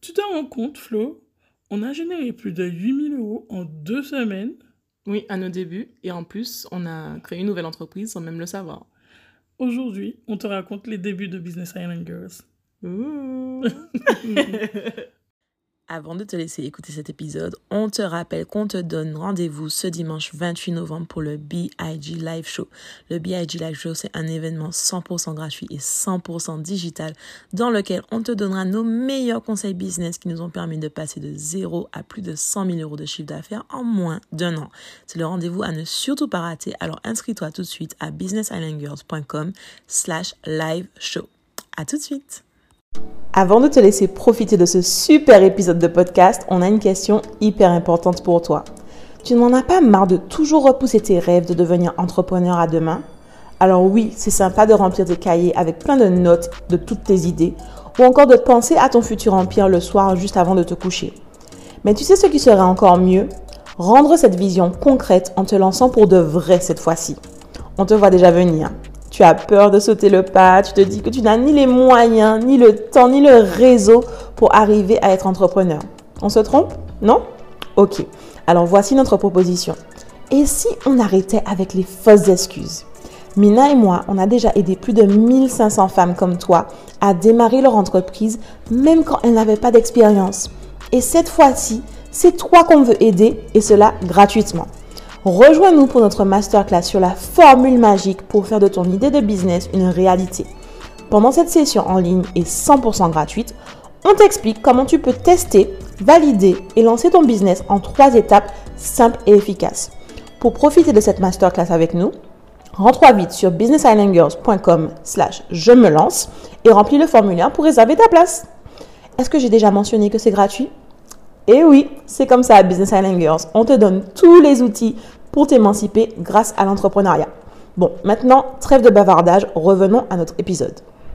Tu te rends compte, Flo, on a généré plus de 8 000 € en 2 semaines. Oui, à nos débuts. Et en plus, on a créé une nouvelle entreprise sans même le savoir. Aujourd'hui, on te raconte les débuts de Business Island Girls. Avant de te laisser écouter cet épisode, on te rappelle qu'on te donne rendez-vous ce dimanche 28 novembre pour le BIG Live Show. Le BIG Live Show, c'est un événement 100% gratuit et 100% digital dans lequel on te donnera nos meilleurs conseils business qui nous ont permis de passer de 0 à plus de 100 000 € de chiffre d'affaires en moins d'1 an. C'est le rendez-vous à ne surtout pas rater, alors inscris-toi tout de suite à businessislandgirls.com/live show. À tout de suite! Avant de te laisser profiter de ce super épisode de podcast, on a une question hyper importante pour toi. Tu n'en as pas marre de toujours repousser tes rêves de devenir entrepreneur à demain? Alors oui, c'est sympa de remplir tes cahiers avec plein de notes de toutes tes idées ou encore de penser à ton futur empire le soir juste avant de te coucher. Mais tu sais ce qui serait encore mieux? Rendre cette vision concrète en te lançant pour de vrai cette fois-ci. On te voit déjà venir. Tu as peur de sauter le pas, tu te dis que tu n'as ni les moyens, ni le temps, ni le réseau pour arriver à être entrepreneur. On se trompe? Non? Ok. Alors voici notre proposition. Et si on arrêtait avec les fausses excuses? Mina et moi, on a déjà aidé plus de 1500 femmes comme toi à démarrer leur entreprise, même quand elles n'avaient pas d'expérience. Et cette fois-ci, c'est toi qu'on veut aider et cela gratuitement. Rejoins-nous pour notre masterclass sur la formule magique pour faire de ton idée de business une réalité. Pendant cette session en ligne et 100% gratuite, on t'explique comment tu peux tester, valider et lancer ton business en 3 étapes simples et efficaces. Pour profiter de cette masterclass avec nous, rends-toi vite sur businessislandgirls.com/je me lance et remplis le formulaire pour réserver ta place. Est-ce que j'ai déjà mentionné que c'est gratuit? Et oui, c'est comme ça à Business Island Girls. On te donne tous les outils pour t'émanciper grâce à l'entrepreneuriat. Bon, maintenant, trêve de bavardage, revenons à notre épisode.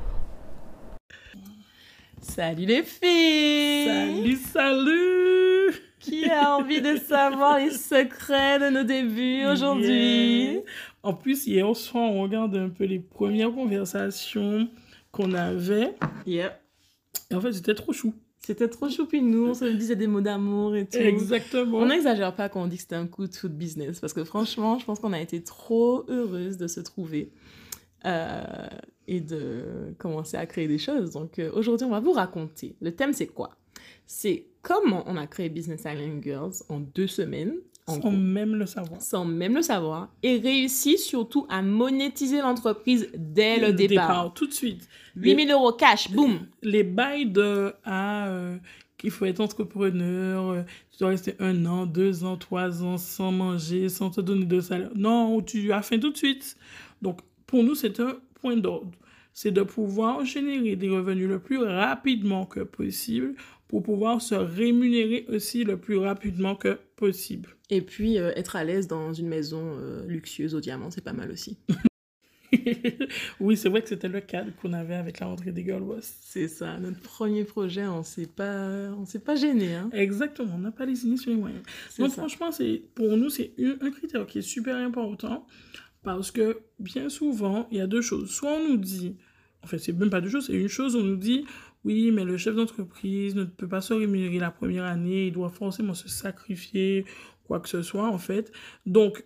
Salut les filles! Salut! Qui a envie de savoir les secrets de nos débuts aujourd'hui? Yeah. En plus, hier soir, on regarde un peu les premières conversations qu'on avait. Yep. Et en fait, c'était trop chou. C'était trop choupinou, on se disait des mots d'amour et tout. Exactement. On n'exagère pas quand on dit que c'était un coup de foot business, parce que franchement, je pense qu'on a été trop heureuses de se trouver et de commencer à créer des choses. Donc aujourd'hui, on va vous raconter. Le thème, c'est quoi? C'est comment on a créé Business Island Girls en 2 semaines. Sans même le savoir. Sans même le savoir. Et réussi surtout à monétiser l'entreprise dès le départ. Tout de suite. 8 000 € cash, boum. Les bails de qu'il faut être entrepreneur, tu dois rester 1 an, 2 ans, 3 ans sans manger, sans te donner de salaire. Non, tu as faim tout de suite. Donc, pour nous, c'est un point d'ordre. C'est de pouvoir générer des revenus le plus rapidement que possible pour pouvoir se rémunérer aussi le plus rapidement que possible. Et puis, être à l'aise dans une maison luxueuse au diamant, c'est pas mal aussi. Oui, c'est vrai que c'était le cadre qu'on avait avec la rentrée des Girl Boss. C'est ça, notre premier projet, on s'est pas gêné. Hein. Exactement, on n'a pas lésiné sur les moyens. Donc franchement, pour nous, c'est un critère qui est super important parce que bien souvent, il y a 2 choses. Soit on nous dit, en fait, c'est même pas 2 choses, c'est une chose, on nous dit, oui, mais le chef d'entreprise ne peut pas se rémunérer la première année, il doit forcément se sacrifier, quoi que ce soit, en fait. Donc,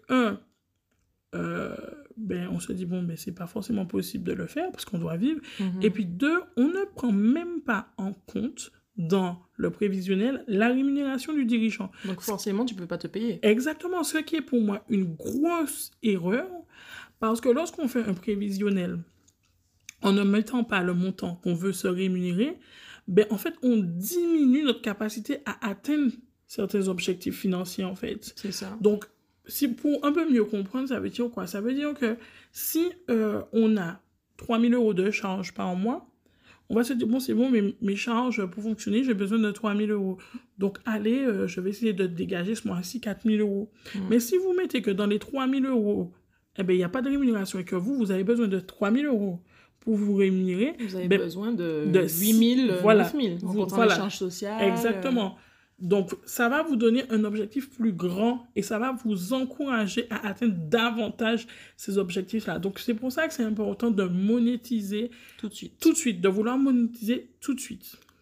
on se dit, c'est pas forcément possible de le faire parce qu'on doit vivre. Et puis 2, on ne prend même pas en compte dans le prévisionnel la rémunération du dirigeant. Donc forcément, tu peux pas te payer. Exactement, ce qui est pour moi une grosse erreur parce que lorsqu'on fait un prévisionnel en ne mettant pas le montant qu'on veut se rémunérer, en fait, on diminue notre capacité à atteindre certains objectifs financiers, en fait. C'est ça. Donc, si pour un peu mieux comprendre, ça veut dire quoi? Ça veut dire que si on a 3 000 € de charges par mois, on va se dire, c'est bon, mais mes charges, pour fonctionner, j'ai besoin de 3 000 €. Donc, allez, je vais essayer de dégager ce mois-ci 4 000 €. Mais si vous mettez que dans les 3 000 €, il n'y a pas de rémunération et que vous avez besoin de 3 000 € pour vous rémunérer. Vous avez besoin de 8 000, voilà, 9 000, en comptant les charges sociales. Exactement. Donc, ça va vous donner un objectif plus grand et ça va vous encourager à atteindre davantage ces objectifs-là. Donc, c'est pour ça que c'est important de monétiser tout de suite. Tout de suite, de vouloir monétiser tout de suite.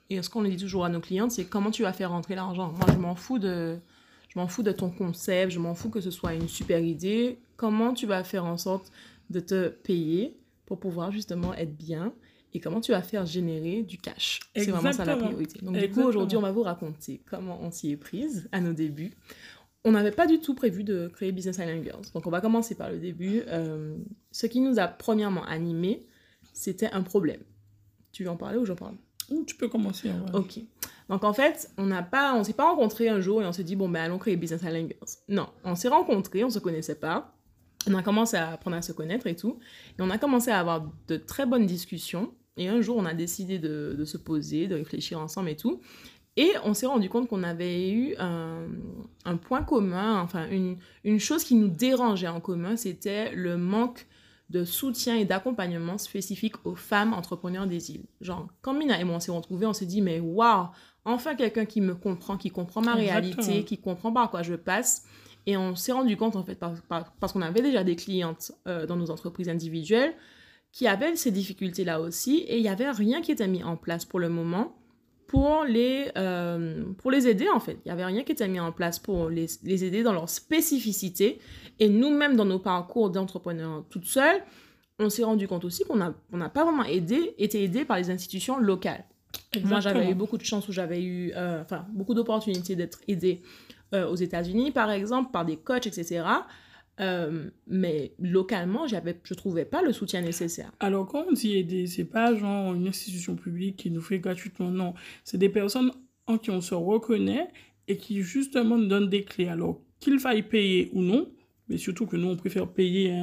et ce qu'on dit toujours à nos clientes, c'est comment tu vas faire rentrer l'argent. Moi, je m'en fous de ton concept, je m'en fous que ce soit une super idée. Comment tu vas faire en sorte de te payer pour pouvoir justement être bien et comment tu vas faire générer du cash. C'est vraiment ça la priorité. Donc du coup, aujourd'hui, on va vous raconter comment on s'y est prise à nos débuts. On n'avait pas du tout prévu de créer Business Island Girls. Donc on va commencer par le début. Ce qui nous a premièrement animés, c'était un problème. Tu veux en parler ou j'en parle? Tu peux commencer. Ouais. Ok. Donc en fait, on s'est pas rencontrés un jour et on s'est dit, bon, ben allons créer Business Island Girls. Non, on s'est rencontrés, on se connaissait pas. On a commencé à apprendre à se connaître et tout. Et on a commencé à avoir de très bonnes discussions. Et un jour, on a décidé de se poser, de réfléchir ensemble et tout. Et on s'est rendu compte qu'on avait eu un point commun, enfin une chose qui nous dérangeait en commun, c'était le manque de soutien et d'accompagnement spécifique aux femmes entrepreneurs des îles. Genre, quand Mina et moi on s'est retrouvés, on s'est dit, mais waouh, enfin quelqu'un qui me comprend, qui comprend ma réalité, qui comprend par quoi je passe. Et on s'est rendu compte, en fait, parce qu'on avait déjà des clientes dans nos entreprises individuelles qui avaient ces difficultés-là aussi, et il n'y avait rien qui était mis en place pour le moment pour les aider, en fait. Il n'y avait rien qui était mis en place pour les aider dans leur spécificité. Et nous-mêmes, dans nos parcours d'entrepreneurs toutes seules, on s'est rendu compte aussi qu'on n'a pas vraiment été aidés par les institutions locales. Exactement. Moi, j'avais eu beaucoup de chance où j'avais eu beaucoup d'opportunités d'être aidée aux États-Unis, par exemple, par des coachs, etc. Mais localement, je trouvais pas le soutien nécessaire. Alors, quand on dit aider, c'est pas genre une institution publique qui nous fait gratuitement, non. C'est des personnes en qui on se reconnaît et qui, justement, nous donnent des clés. Alors, qu'il faille payer ou non, mais surtout que nous, on préfère payer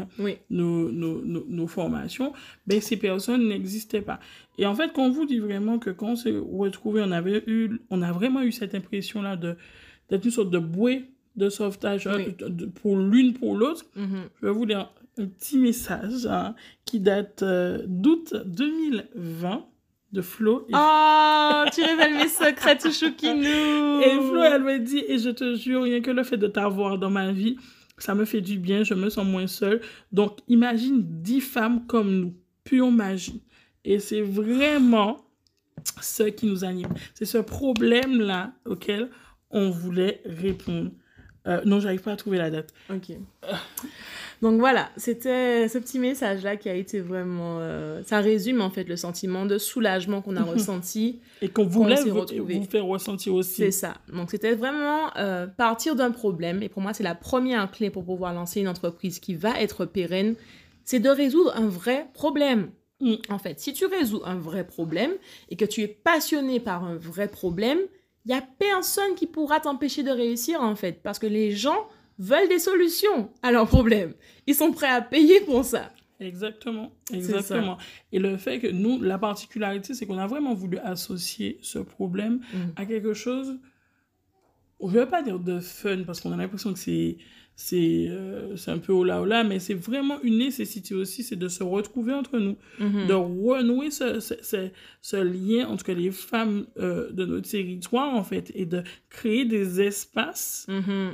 nos formations, ben, ces personnes n'existaient pas. Et en fait, quand on vous dit vraiment que quand on s'est retrouvés, on a vraiment eu cette impression-là d'être une sorte de bouée de sauvetage pour l'une pour l'autre. Je vais vous lire un petit message qui date d'août 2020 de Flo. Tu révèles mes secrets, tu chouquinou. Et Flo, elle me dit, et je te jure, rien que le fait de t'avoir dans ma vie, ça me fait du bien, je me sens moins seule. Donc, imagine 10 femmes comme nous, pure magie. Et c'est vraiment ce qui nous anime. C'est ce problème-là auquel on voulait répondre. Non, j'arrive pas à trouver la date. Ok. Donc voilà, c'était ce petit message-là qui a été vraiment... ça résume en fait le sentiment de soulagement qu'on a ressenti. Et qu'on voulait vous faire ressentir aussi. C'est ça. Donc c'était vraiment partir d'un problème. Et pour moi, c'est la première clé pour pouvoir lancer une entreprise qui va être pérenne. C'est de résoudre un vrai problème. En fait, si tu résous un vrai problème et que tu es passionné par un vrai problème, il n'y a personne qui pourra t'empêcher de réussir, en fait, parce que les gens veulent des solutions à leurs problèmes. Ils sont prêts à payer pour ça. Exactement. Et le fait que nous, la particularité, c'est qu'on a vraiment voulu associer ce problème à quelque chose, je ne vais pas dire de fun, parce qu'on a l'impression que c'est un peu hola, mais c'est vraiment une nécessité aussi, c'est de se retrouver entre nous, de renouer ce lien entre les femmes de notre territoire, en fait, et de créer des espaces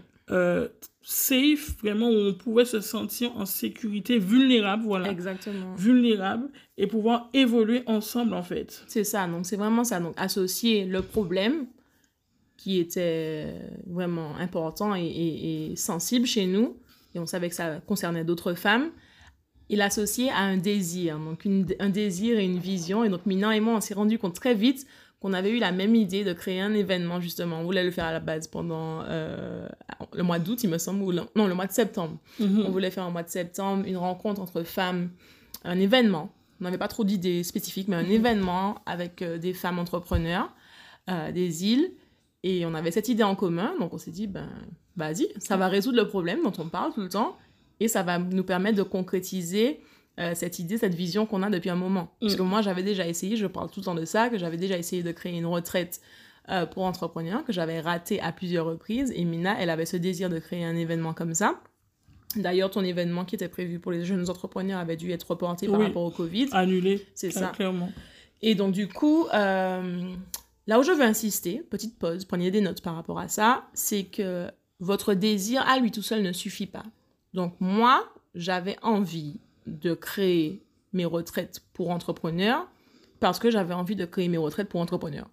safe, vraiment, où on pouvait se sentir en sécurité, vulnérable, voilà. Exactement. Vulnérable, et pouvoir évoluer ensemble, en fait. C'est ça, donc c'est vraiment ça. Donc, associer le problème qui était vraiment important et sensible chez nous, et on savait que ça concernait d'autres femmes, et l'associer à un désir, donc un désir et une vision. Et donc Mina et moi, on s'est rendu compte très vite qu'on avait eu la même idée de créer un événement, justement. On voulait le faire à la base pendant le mois d'août, il me semble, non, le mois de septembre. On voulait faire au mois de septembre une rencontre entre femmes, un événement. On n'avait pas trop d'idées spécifiques, mais un événement avec des femmes entrepreneurs des îles. Et on avait cette idée en commun, donc on s'est dit, vas-y, ça va résoudre le problème dont on parle tout le temps, et ça va nous permettre de concrétiser cette idée, cette vision qu'on a depuis un moment. Parce que moi, j'avais déjà essayé, je parle tout le temps de ça, que j'avais déjà essayé de créer une retraite pour entrepreneurs, que j'avais raté à plusieurs reprises, et Mina, elle avait ce désir de créer un événement comme ça. D'ailleurs, ton événement qui était prévu pour les jeunes entrepreneurs avait dû être reporté par rapport au Covid. Annulé. C'est ça. Clairement. Et donc, du coup... là où je veux insister, petite pause, prenez des notes par rapport à ça, c'est que votre désir à lui tout seul ne suffit pas. Donc moi, j'avais envie de créer mes retraites pour entrepreneurs parce que j'avais envie de créer mes retraites pour entrepreneurs.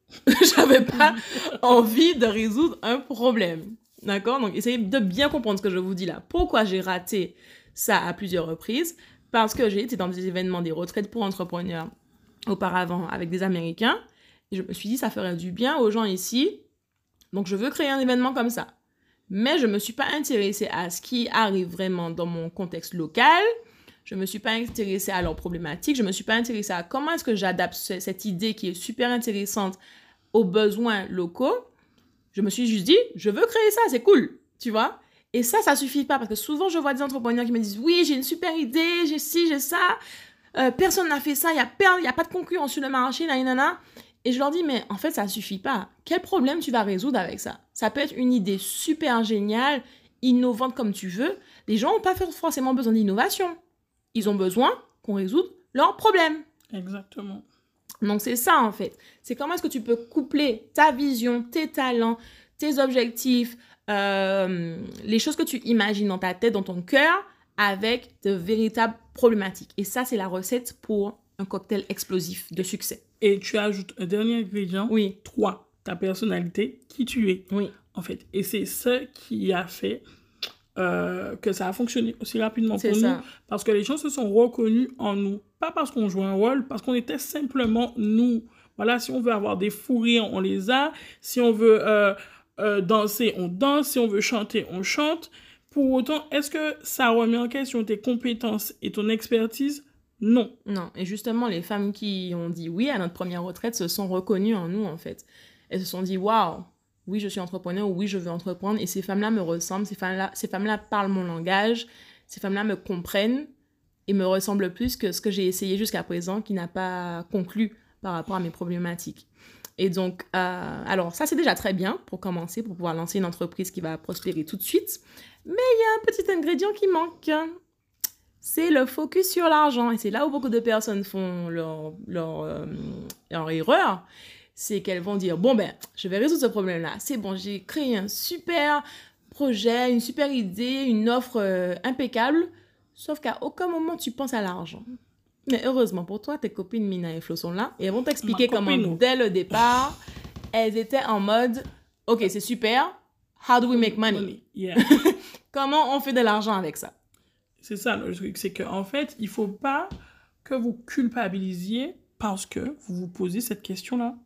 J'avais pas envie de résoudre un problème. D'accord? Donc, essayez de bien comprendre ce que je vous dis là. Pourquoi j'ai raté ça à plusieurs reprises? Parce que j'ai été dans des événements, des retraites pour entrepreneurs auparavant avec des Américains. Et je me suis dit, ça ferait du bien aux gens ici. Donc, je veux créer un événement comme ça. Mais je ne me suis pas intéressée à ce qui arrive vraiment dans mon contexte local. Je ne me suis pas intéressée à leurs problématiques. Je ne me suis pas intéressée à comment est-ce que j'adapte cette idée qui est super intéressante aux besoins locaux. Je me suis juste dit, je veux créer ça, c'est cool, tu vois. Et ça suffit pas parce que souvent, je vois des entrepreneurs qui me disent, oui, j'ai une super idée, j'ai ci, j'ai ça. Personne n'a fait ça, il y a pas de concurrence sur le marché, nanana. Et je leur dis, mais en fait, ça suffit pas. Quel problème tu vas résoudre avec ça? Ça peut être une idée super géniale, innovante comme tu veux. Les gens n'ont pas forcément besoin d'innovation. Ils ont besoin qu'on résoudre leurs problèmes. Exactement. Donc, c'est ça, en fait. C'est comment est-ce que tu peux coupler ta vision, tes talents, tes objectifs, les choses que tu imagines dans ta tête, dans ton cœur, avec de véritables problématiques. Et ça, c'est la recette pour un cocktail explosif de succès. Et tu ajoutes un dernier ingrédient. Oui. 3. Ta personnalité, qui tu es. Oui. En fait. Et c'est ça qui a fait que ça a fonctionné aussi rapidement pour nous. Parce que les gens se sont reconnus en nous. Pas parce qu'on jouait un rôle, parce qu'on était simplement nous. Voilà, si on veut avoir des fous rires, on les a. Si on veut danser, on danse. Si on veut chanter, on chante. Pour autant, est-ce que ça remet en question tes compétences et ton expertise? Non. Non. Et justement, les femmes qui ont dit oui à notre première retraite se sont reconnues en nous, en fait. Elles se sont dit, waouh, oui, je suis entrepreneur, oui, je veux entreprendre. Et ces femmes-là me ressemblent, ces femmes-là parlent mon langage, ces femmes-là me comprennent et me ressemblent plus que ce que j'ai essayé jusqu'à présent, qui n'a pas conclu par rapport à mes problématiques. Et donc, alors, ça, c'est déjà très bien pour commencer, pour pouvoir lancer une entreprise qui va prospérer tout de suite. Mais il y a un petit ingrédient qui manque. C'est le focus sur l'argent. Et c'est là où beaucoup de personnes font leur erreur. C'est qu'elles vont dire, bon, ben, je vais résoudre ce problème-là. C'est bon, j'ai créé un super projet, une super idée, une offre impeccable. Sauf qu'à aucun moment, tu penses à l'argent. Mais heureusement pour toi, tes copines Mina et Flo sont là. Et elles vont t'expliquer comment, dès le départ, elles étaient en mode, OK, c'est super. How do we make money? Yeah. Comment on fait de l'argent avec ça? C'est ça le truc. C'est qu'en fait, il ne faut pas que vous culpabilisiez parce que vous vous posez cette question-là.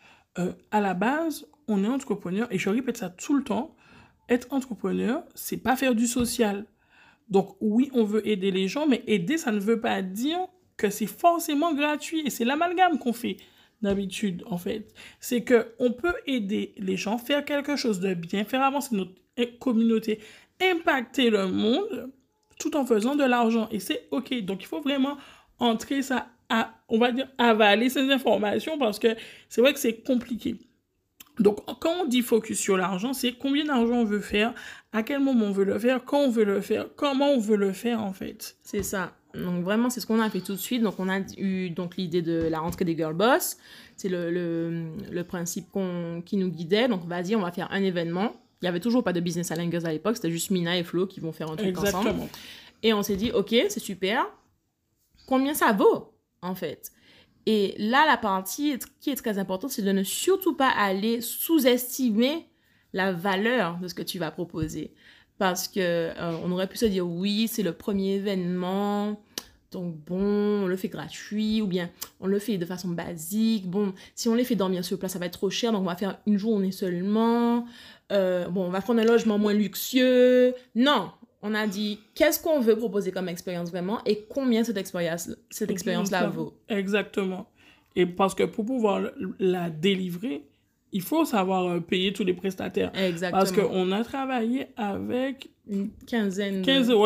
À la base, on est entrepreneur, et je répète ça tout le temps, être entrepreneur, c'est pas faire du social. Donc oui, on veut aider les gens, mais aider, ça ne veut pas dire que c'est forcément gratuit. Et c'est l'amalgame qu'on fait d'habitude, en fait. C'est qu'on peut aider les gens, faire quelque chose de bien, faire avancer notre communauté, impacter le monde, tout en faisant de l'argent. Et c'est OK. Donc, il faut vraiment entrer ça on va dire, avaler ces informations, parce que c'est vrai que c'est compliqué. Donc, quand on dit focus sur l'argent, c'est combien d'argent on veut faire, à quel moment on veut le faire, quand on veut le faire, comment on veut le faire, en fait. C'est ça. Donc, vraiment, c'est ce qu'on a fait tout de suite. Donc, on a eu l'idée de la rentrée des Girl Boss. C'est le principe qui nous guidait. Donc, vas-y, on va faire un événement. Il n'y avait toujours pas de business challengers à l'époque. C'était juste Mina et Flo qui vont faire un truc ensemble. Et on s'est dit, OK, c'est super. Combien ça vaut, en fait? Et là, la partie qui est très importante, c'est de ne surtout pas aller sous-estimer la valeur de ce que tu vas proposer. Parce que on aurait pu se dire, oui, c'est le premier événement, donc bon, on le fait gratuit, ou bien on le fait de façon basique. Bon, si on les fait dormir sur place, ça va être trop cher, donc on va faire une journée seulement. On va prendre un logement moins luxueux. Non, on a dit, qu'est-ce qu'on veut proposer comme expérience vraiment et combien cette expérience-là vaut. Exactement. Et parce que pour pouvoir la délivrer, il faut savoir payer tous les prestataires. Exactement. Parce qu'on a travaillé avec une quinzaine.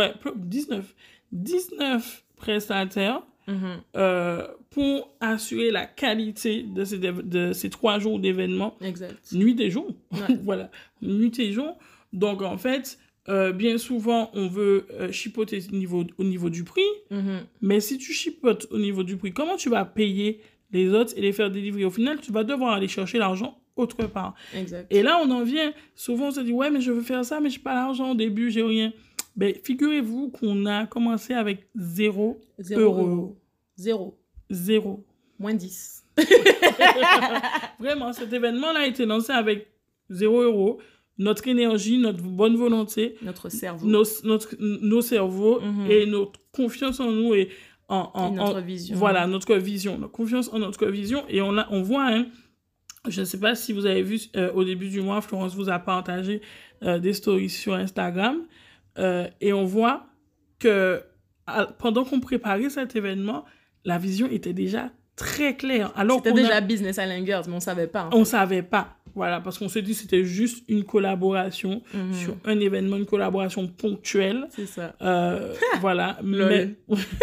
19 prestataires pour assurer la qualité de ces 3 jours d'événements. Exact. Nuit et jour. Ouais. Voilà. Nuit et jour. Donc, en fait, bien souvent, on veut chipoter au niveau du prix. Mais si tu chipotes au niveau du prix, comment tu vas payer les autres et les faire délivrer? Au final, tu vas devoir aller chercher l'argent autre part. Exact. Et là, on en vient. Souvent, on se dit, ouais, mais je veux faire ça, mais je n'ai pas l'argent au début, j'ai rien. Ben, figurez-vous qu'on a commencé avec 0 euros. Zéro. Zéro. Moins 10. Vraiment, cet événement-là a été lancé avec 0 €. Notre énergie, notre bonne volonté, Notre cerveau. nos cerveaux et notre confiance en nous et notre vision. Voilà, notre vision. Notre confiance en notre vision. Et on voit, hein, je ne sais pas si vous avez vu au début du mois, Florence vous a partagé des stories sur Instagram. Et on voit que pendant qu'on préparait cet événement, la vision était déjà très claire. C'était déjà Business Island Girls, mais on ne savait pas. On ne savait pas. Voilà, parce qu'on s'est dit que c'était juste une collaboration sur un événement, une collaboration ponctuelle. C'est ça. Voilà. Mais...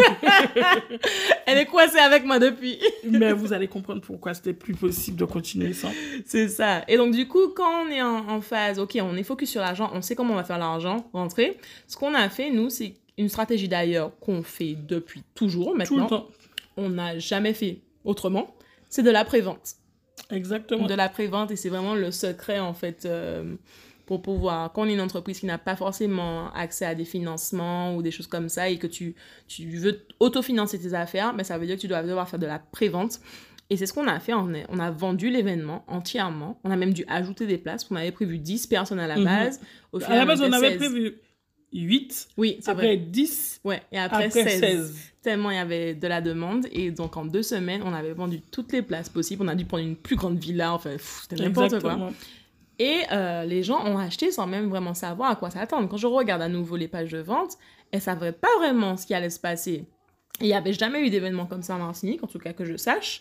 Elle est coincée avec moi depuis. Mais vous allez comprendre pourquoi c'était plus possible de continuer sans. C'est ça. Et donc, du coup, quand on est en phase, OK, on est focus sur l'argent, on sait comment on va faire l'argent, rentrer. Ce qu'on a fait, nous, c'est une stratégie d'ailleurs qu'on fait depuis toujours maintenant. Tout le temps. On n'a jamais fait autrement. C'est de la prévente. Exactement. De la prévente, et c'est vraiment le secret, en fait, pour pouvoir... Quand on est une entreprise qui n'a pas forcément accès à des financements ou des choses comme ça, et que tu veux autofinancer tes affaires, mais ça veut dire que tu dois devoir faire de la prévente. Et c'est ce qu'on a fait. On a vendu l'événement entièrement. On a même dû ajouter des places. On avait prévu 10 personnes à la base. Au final, à la base, on avait 16. prévu 8. Oui, c'est après vrai. 10. Ouais, et après 16. Tellement il y avait de la demande. Et donc, en 2 semaines, on avait vendu toutes les places possibles. On a dû prendre une plus grande villa. Enfin, c'était n'importe quoi. Et les gens ont acheté sans même vraiment savoir à quoi s'attendre. Quand je regarde à nouveau les pages de vente, elles ne savaient pas vraiment ce qui allait se passer. Il n'y avait jamais eu d'événement comme ça en Martinique, en tout cas que je sache,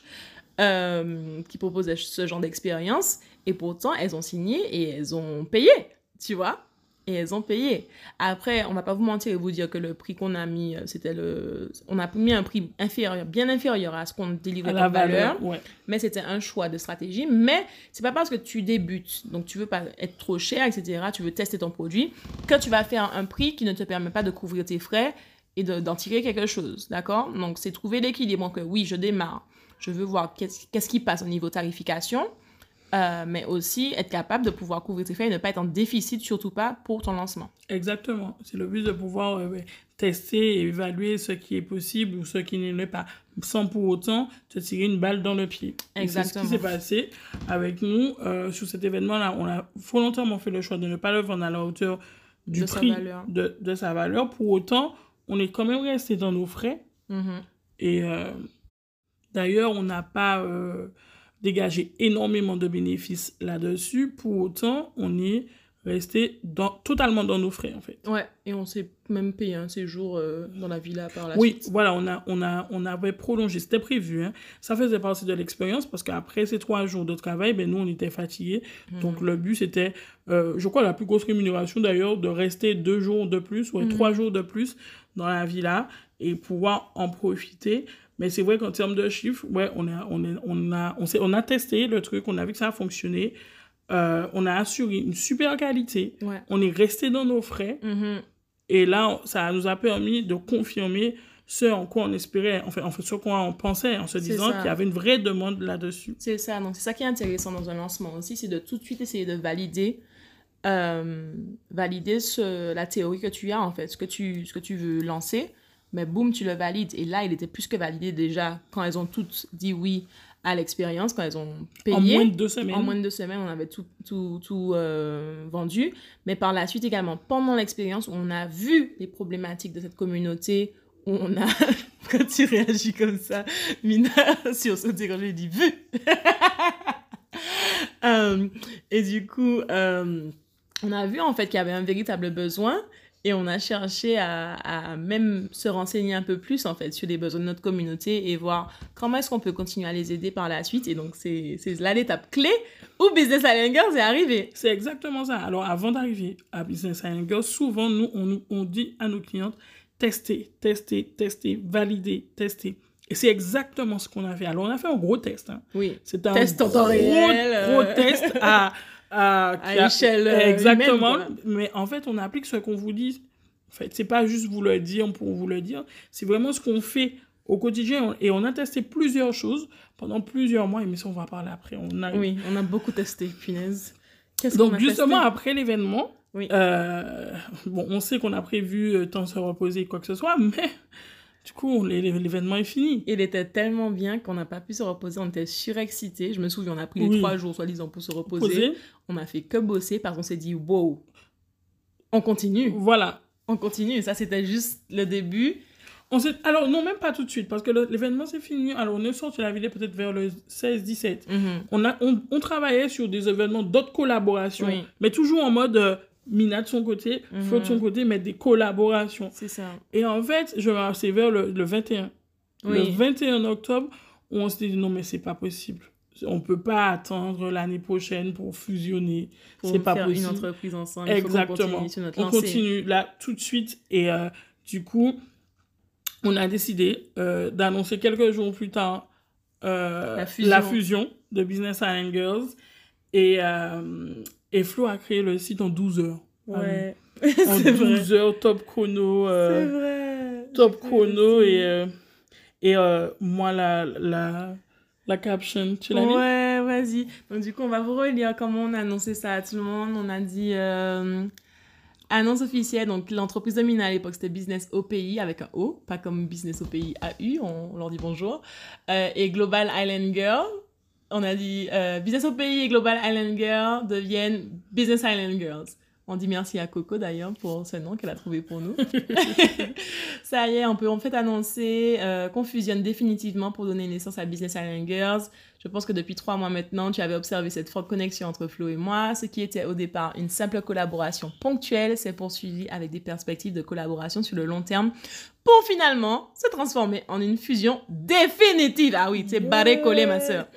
qui proposait ce genre d'expérience. Et pourtant, elles ont signé et elles ont payé, tu vois. Et elles ont payé. Après, on ne va pas vous mentir et vous dire que le prix qu'on a mis, on a mis un prix inférieur, bien inférieur à ce qu'on délivrait comme valeur. Ouais. Mais c'était un choix de stratégie. Mais c'est pas parce que tu débutes, donc tu veux pas être trop cher, etc., tu veux tester ton produit, que tu vas faire un prix qui ne te permet pas de couvrir tes frais et d'en tirer quelque chose, d'accord? Donc, c'est trouver l'équilibre. Donc, oui, je démarre. Je veux voir qu'est-ce qui passe au niveau tarification. Mais aussi être capable de pouvoir couvrir tes frais et ne pas être en déficit, surtout pas pour ton lancement. Exactement. C'est le but de pouvoir tester et évaluer ce qui est possible ou ce qui ne l'est pas, sans pour autant te tirer une balle dans le pied. Exactement. Et c'est ce qui s'est passé avec nous sur cet événement-là. On a volontairement fait le choix de ne pas le vendre à la hauteur du prix de sa valeur. Pour autant, on est quand même resté dans nos frais. Et d'ailleurs, on n'a pas... dégager énormément de bénéfices là-dessus. Pour autant, on est resté totalement dans nos frais, en fait. Ouais, et on s'est même payé un séjour dans la villa par la suite. Oui, voilà, on avait prolongé, c'était prévu. Hein. Ça faisait partie de l'expérience parce qu'après ces 3 jours de travail, ben, nous, on était fatigués. Donc, le but, c'était, je crois, la plus grosse rémunération, d'ailleurs, de rester 2 jours de plus, 3 jours de plus dans la villa et pouvoir en profiter. Mais c'est vrai qu'en termes de chiffres, ouais, on a testé le truc, on a vu que ça a fonctionné. On a assuré une super qualité. Ouais. On est resté dans nos frais. Et là, ça nous a permis de confirmer ce en quoi on espérait, en fait ce quoi on pensait, en se disant qu'il y avait une vraie demande là-dessus. C'est ça. Donc, c'est ça qui est intéressant dans un lancement aussi, c'est de tout de suite essayer de valider la théorie que tu as, en fait, ce que tu veux lancer. Mais boum, tu le valides. Et là, il était plus que validé déjà quand elles ont toutes dit oui à l'expérience, quand elles ont payé. En moins de 2 semaines. En moins de 2 semaines, on avait tout vendu. Mais par la suite également, pendant l'expérience, où on a vu les problématiques de cette communauté, où on a... Quand tu réagis comme ça, Mina, sur ce quand j'ai dit vu. Et du coup, on a vu en fait qu'il y avait un véritable besoin. Et on a cherché à même se renseigner un peu plus, en fait, sur les besoins de notre communauté et voir comment est-ce qu'on peut continuer à les aider par la suite. Et donc, c'est là l'étape clé où Business Island Girls est arrivé. C'est exactement ça. Alors, avant d'arriver à Business Island Girls, souvent, nous, on dit à nos clientes, tester, valider, tester. Et c'est exactement ce qu'on a fait. Alors, on a fait un gros test. Hein. Oui. C'est un test en temps réel. Gros test à échelle exactement, humaine, mais en fait on applique ce qu'on vous dit. En fait, c'est pas juste vous le dire pour vous le dire, c'est vraiment ce qu'on fait au quotidien. Et on a testé plusieurs choses pendant plusieurs mois, mais ça on va parler après. Oui, on a beaucoup testé, punaise. Donc justement après l'événement, oui. Bon, on sait qu'on a prévu tant se reposer quoi que ce soit, mais Du coup, l'événement est fini. Il était tellement bien qu'on n'a pas pu se reposer. On était surexcités. Je me souviens, on a pris les 3 jours, soi-disant, pour se reposer. On n'a fait que bosser parce qu'on s'est dit, wow, on continue. Voilà. On continue. Ça, c'était juste le début. Alors, non, même pas tout de suite, parce que l'événement s'est fini. Alors, on est sorti de la ville peut-être vers le 16-17. On travaillait sur des événements, d'autres collaborations, mais toujours en mode Mina de son côté, Flo de son côté, mais des collaborations. C'est ça. Et en fait, c'est vers le 21. Le 21 octobre, où on s'est dit, non, mais c'est pas possible. On peut pas attendre l'année prochaine pour fusionner. C'est pas possible. Une entreprise ensemble. Exactement. On continue là tout de suite. Et du coup, on a décidé d'annoncer quelques jours plus tard la fusion de Business Island Girls. Et Flo a créé le site en 12 heures. Ouais. En 12 heures, top chrono. C'est vrai. Top chrono. Et moi, la caption, tu l'as mis? Ouais, vas-y. Donc, du coup, on va vous relire comment on a annoncé ça à tout le monde. On a dit annonce officielle. Donc, l'entreprise de Mina à l'époque, c'était Business OPI avec un O, pas comme Business OPI AU. On leur dit bonjour. Et Global Island Girl. On a dit Business OPI et Global Island Girl deviennent Business Island Girls. On dit merci à Coco d'ailleurs pour ce nom qu'elle a trouvé pour nous. Ça y est, on peut en fait annoncer qu'on fusionne définitivement pour donner naissance à Business Island Girls. Je pense que depuis 3 mois maintenant, tu avais observé cette forte connexion entre Flo et moi. Ce qui était au départ une simple collaboration ponctuelle s'est poursuivi avec des perspectives de collaboration sur le long terme pour finalement se transformer en une fusion définitive. Ah oui, t'es barré collé, ma sœur.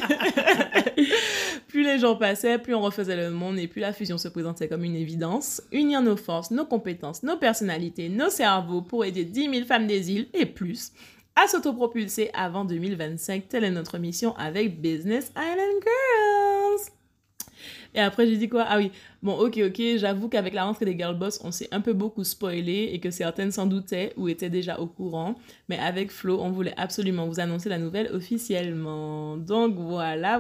Plus les jours passaient, plus on refaisait le monde et plus la fusion se présentait comme une évidence. Unir nos forces, nos compétences, nos personnalités, nos cerveaux pour aider 10 000 femmes des îles et plus à s'autopropulser avant 2025. Telle est notre mission avec Business Island Girls. Et après, j'ai dit quoi? Ah oui, bon, ok, j'avoue qu'avec la rentrée des Girl Boss, on s'est un peu beaucoup spoilé et que certaines s'en doutaient ou étaient déjà au courant. Mais avec Flo, on voulait absolument vous annoncer la nouvelle officiellement. Donc voilà.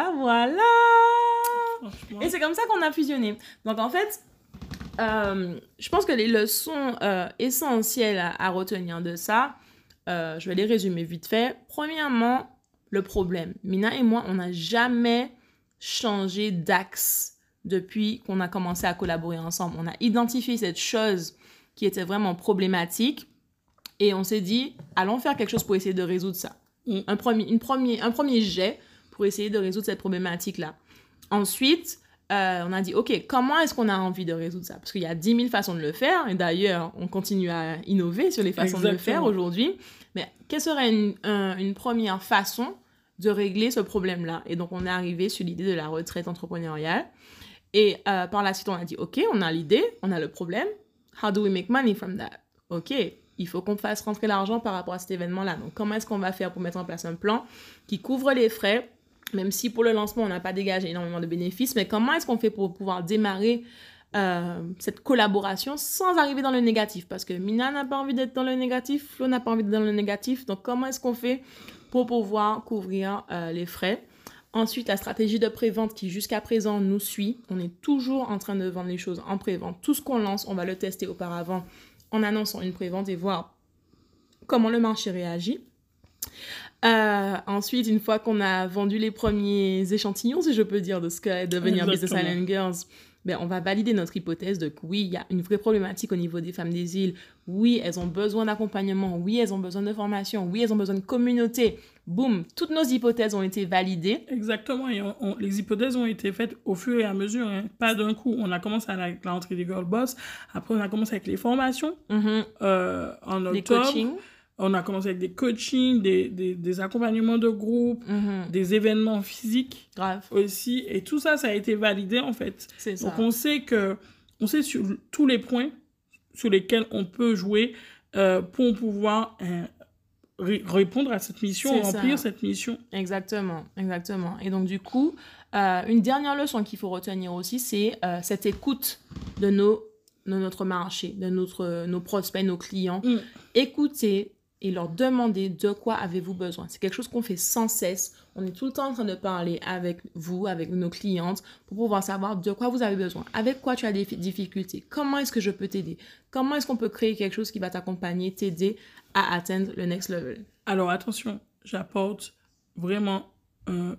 Et c'est comme ça qu'on a fusionné. Donc en fait, je pense que les leçons essentielles à retenir de ça, je vais les résumer vite fait. Premièrement, le problème. Mina et moi, on n'a jamais changé d'axe depuis qu'on a commencé à collaborer ensemble. On a identifié cette chose qui était vraiment problématique et on s'est dit, allons faire quelque chose pour essayer de résoudre ça. Un premier jet pour essayer de résoudre cette problématique-là. Ensuite, on a dit, OK, comment est-ce qu'on a envie de résoudre ça? Parce qu'il y a 10 000 façons de le faire. Et d'ailleurs, on continue à innover sur les façons de le faire aujourd'hui. Mais quelle serait une première façon de régler ce problème-là? Et donc, on est arrivé sur l'idée de la retraite entrepreneuriale. Et par la suite, on a dit, OK, on a l'idée, on a le problème. How do we make money from that? OK, il faut qu'on fasse rentrer l'argent par rapport à cet événement-là. Donc, comment est-ce qu'on va faire pour mettre en place un plan qui couvre les frais, même si pour le lancement, on n'a pas dégagé énormément de bénéfices, mais comment est-ce qu'on fait pour pouvoir démarrer cette collaboration sans arriver dans le négatif? Parce que Mina n'a pas envie d'être dans le négatif, Flo n'a pas envie d'être dans le négatif. Donc, comment est-ce qu'on fait pour pouvoir couvrir les frais? Ensuite, la stratégie de pré-vente qui, jusqu'à présent, nous suit. On est toujours en train de vendre les choses en pré-vente. Tout ce qu'on lance, on va le tester auparavant en annonçant une pré-vente et voir comment le marché réagit. Ensuite, une fois qu'on a vendu les premiers échantillons, si je peux dire, de ce qu'est devenir Business Island Girls, ben, on va valider notre hypothèse de que oui, il y a une vraie problématique au niveau des femmes des îles. Oui, elles ont besoin d'accompagnement. Oui, elles ont besoin de formation. Oui, elles ont besoin de communauté. Boum, toutes nos hypothèses ont été validées. Exactement. Et les hypothèses ont été faites au fur et à mesure. Hein. Pas d'un coup. On a commencé avec l'entrée des Girl Boss. Après, on a commencé avec les formations en octobre. Les coachings. On a commencé avec des coachings, des accompagnements de groupe, des événements physiques. Grave. Aussi. Et tout ça, ça a été validé, en fait. C'est ça. Donc, on sait sur tous les points sur lesquels on peut jouer pour pouvoir répondre à cette mission, remplir cette mission. Exactement. Et donc, du coup, une dernière leçon qu'il faut retenir aussi, c'est cette écoute de notre marché, de nos prospects, nos clients. Écoutez et leur demander de quoi avez-vous besoin. C'est quelque chose qu'on fait sans cesse. On est tout le temps en train de parler avec vous, avec nos clientes, pour pouvoir savoir de quoi vous avez besoin, avec quoi tu as des difficultés, comment est-ce que je peux t'aider, comment est-ce qu'on peut créer quelque chose qui va t'accompagner, t'aider à atteindre le next level. Alors attention, j'apporte vraiment Une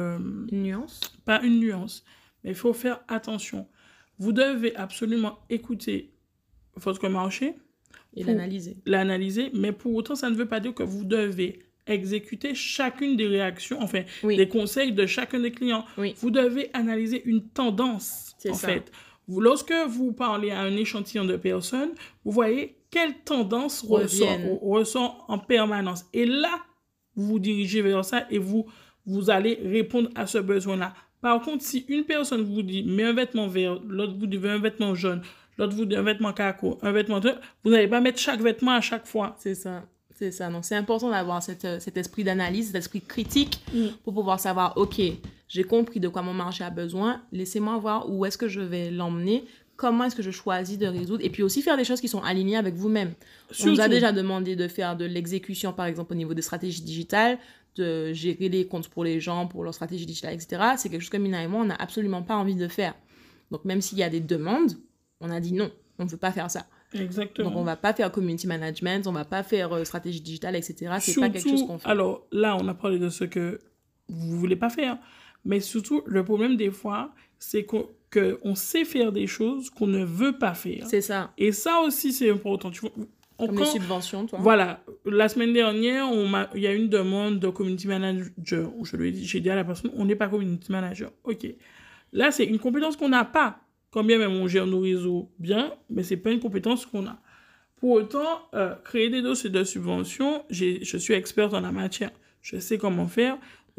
nuance? pas une nuance, mais il faut faire attention. Vous devez absolument écouter votre marché, Et pour l'analyser. Mais pour autant, ça ne veut pas dire que vous devez exécuter chacune des réactions, enfin, Oui. des conseils de chacun des clients. Oui. Vous devez analyser une tendance, C'est en ça. fait. Lorsque vous parlez à un échantillon de personnes, vous voyez quelle tendance Reviennent. ressort en permanence. Et là, vous vous dirigez vers ça et vous allez répondre à ce besoin-là. Par contre, si une personne vous dit « mets un vêtement vert », l'autre vous dit « mets un vêtement jaune », l'autre vous dit un vêtement caco, un vêtement... Vous n'allez pas mettre chaque vêtement à chaque fois. C'est ça. Donc, c'est important d'avoir cet esprit d'analyse, cet esprit critique pour pouvoir savoir, OK, j'ai compris de quoi mon marché a besoin, laissez-moi voir où est-ce que je vais l'emmener, comment est-ce que je choisis de résoudre, et puis aussi faire des choses qui sont alignées avec vous-même. On nous a déjà demandé de faire de l'exécution, par exemple, au niveau des stratégies digitales, de gérer les comptes pour les gens, pour leur stratégie digitale, etc. C'est quelque chose que Mina et moi, on n'a absolument pas envie de faire. Donc, même s'il y a des demandes, on a dit non, on ne veut pas faire ça. Exactement. Donc, on ne va pas faire community management, on ne va pas faire stratégie digitale, etc. C'est Surtout, pas quelque chose qu'on fait. Alors, là, on a parlé de ce que vous ne voulez pas faire. Mais surtout, le problème des fois, c'est qu'on sait faire des choses qu'on ne veut pas faire. C'est ça. Et ça aussi, c'est important. Tu vois, Comme les subventions, toi. Voilà. La semaine dernière, il y a une demande de community manager où j'ai dit à la personne, on n'est pas community manager. OK. Là, c'est une compétence qu'on n'a pas. Quand bien même on gère nos réseaux bien, mais ce n'est pas une compétence qu'on a. Pour autant, créer des dossiers de subvention, je suis experte en la matière. Je sais comment faire.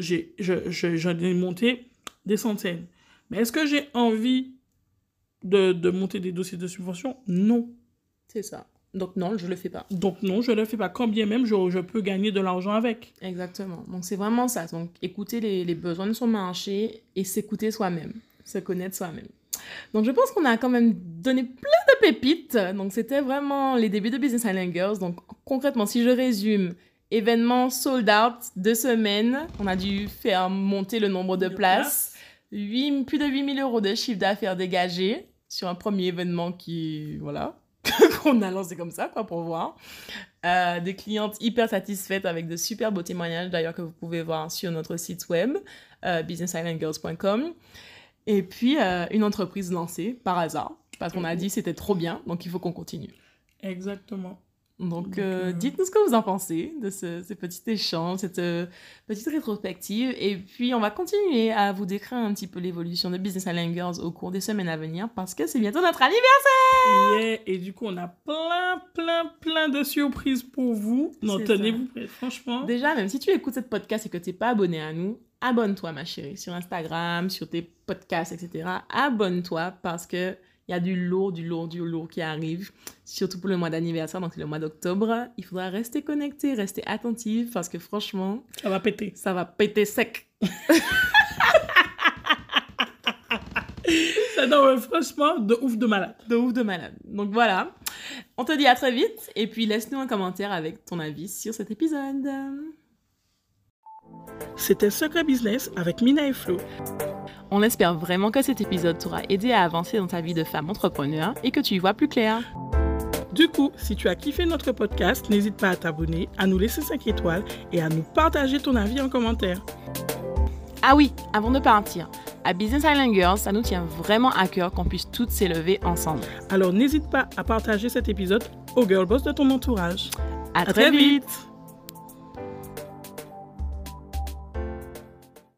J'en ai monté des centaines. Mais est-ce que j'ai envie de monter des dossiers de subvention? Non. C'est ça. Donc non, je ne le fais pas. Donc non, je ne le fais pas. Quand bien même, je peux gagner de l'argent avec. Exactement. Donc c'est vraiment ça. Donc écouter les besoins de son marché et s'écouter soi-même. Se connaître soi-même. Donc, je pense qu'on a quand même donné plein de pépites. Donc, c'était vraiment les débuts de Business Island Girls. Donc, concrètement, si je résume, événement sold out, 2 semaines. On a dû faire monter le nombre de places. Plus de 8 000 € de chiffre d'affaires dégagé sur un premier événement qu'on a lancé comme ça, quoi, pour voir. Des clientes hyper satisfaites avec de super beaux témoignages, d'ailleurs, que vous pouvez voir sur notre site web, businessislandgirls.com. Et puis, une entreprise lancée par hasard, parce qu'on a dit c'était trop bien, donc il faut qu'on continue. Exactement. Donc dites-nous ce que vous en pensez de ce petit échange, cette petite rétrospective. Et puis, on va continuer à vous décrire un petit peu l'évolution de Business Island Girls au cours des semaines à venir, parce que c'est bientôt notre anniversaire! Yeah. Et du coup, on a plein de surprises pour vous. Non, tenez-vous prêts, franchement. Déjà, même si tu écoutes cette podcast et que tu n'es pas abonné à nous, abonne-toi, ma chérie, sur Instagram, sur tes podcasts, etc. Abonne-toi parce que il y a du lourd qui arrive, surtout pour le mois d'anniversaire, donc c'est le mois d'octobre. Il faudra rester connecté, rester attentif parce que franchement... Ça va péter. Ça va péter sec. Ça donne franchement de ouf de malade. De ouf de malade. Donc voilà, on te dit à très vite et puis laisse-nous un commentaire avec ton avis sur cet épisode. C'était Secret Business avec Mina et Flo. On espère vraiment que cet épisode t'aura aidé à avancer dans ta vie de femme entrepreneur et que tu y vois plus clair. Du coup, si tu as kiffé notre podcast, n'hésite pas à t'abonner, à nous laisser 5 étoiles et à nous partager ton avis en commentaire. Ah oui, avant de partir, à Business Island Girls, ça nous tient vraiment à cœur qu'on puisse toutes s'élever ensemble. Alors n'hésite pas à partager cet épisode aux girl boss de ton entourage. À très vite.